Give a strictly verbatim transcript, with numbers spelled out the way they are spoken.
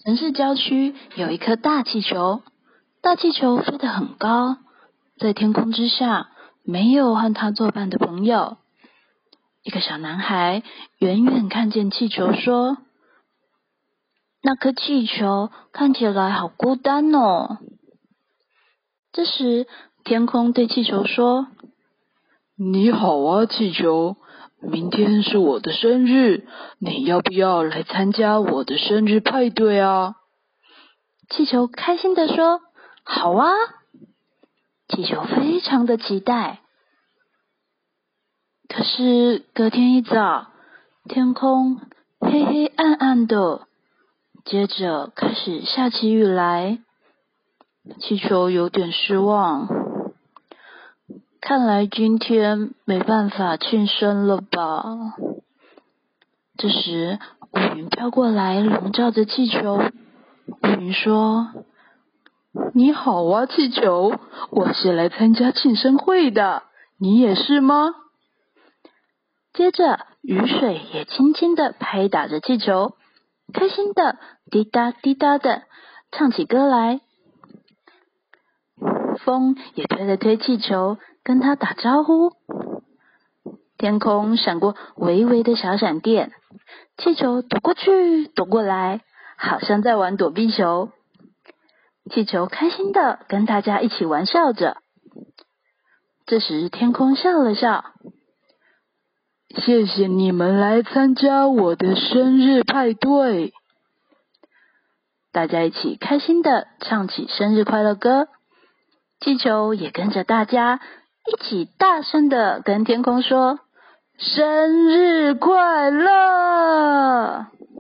城市郊区有一颗大气球，大气球飞得很高，在天空之下没有和它作伴的朋友。一个小男孩远远看见气球说：那颗气球看起来好孤单哦。这时天空对气球说： 你好啊，气球，明天是我的生日，你要不要来参加我的生日派对啊？ 气球开心地说：好啊。气球非常的期待。可是隔天一早，天空黑黑暗暗的，接着开始下起雨来。气球有点失望，看来今天没办法庆生了吧。这时乌云飘过来，笼罩着气球。乌云说： 你好啊，气球，我是来参加庆生会的，你也是吗？ 接着雨水也轻轻地拍打着气球，开心的滴答滴答的唱起歌来。风也推了推气球，跟它打招呼。天空闪过微微的小闪电，气球躲过去躲过来，好像在玩躲避球。气球开心的跟大家一起玩笑着。这时天空笑了笑： 谢谢你们来参加我的生日派对。 大家一起开心的唱起生日快乐歌，气球也跟着大家一起大声的跟天空说：生日快乐！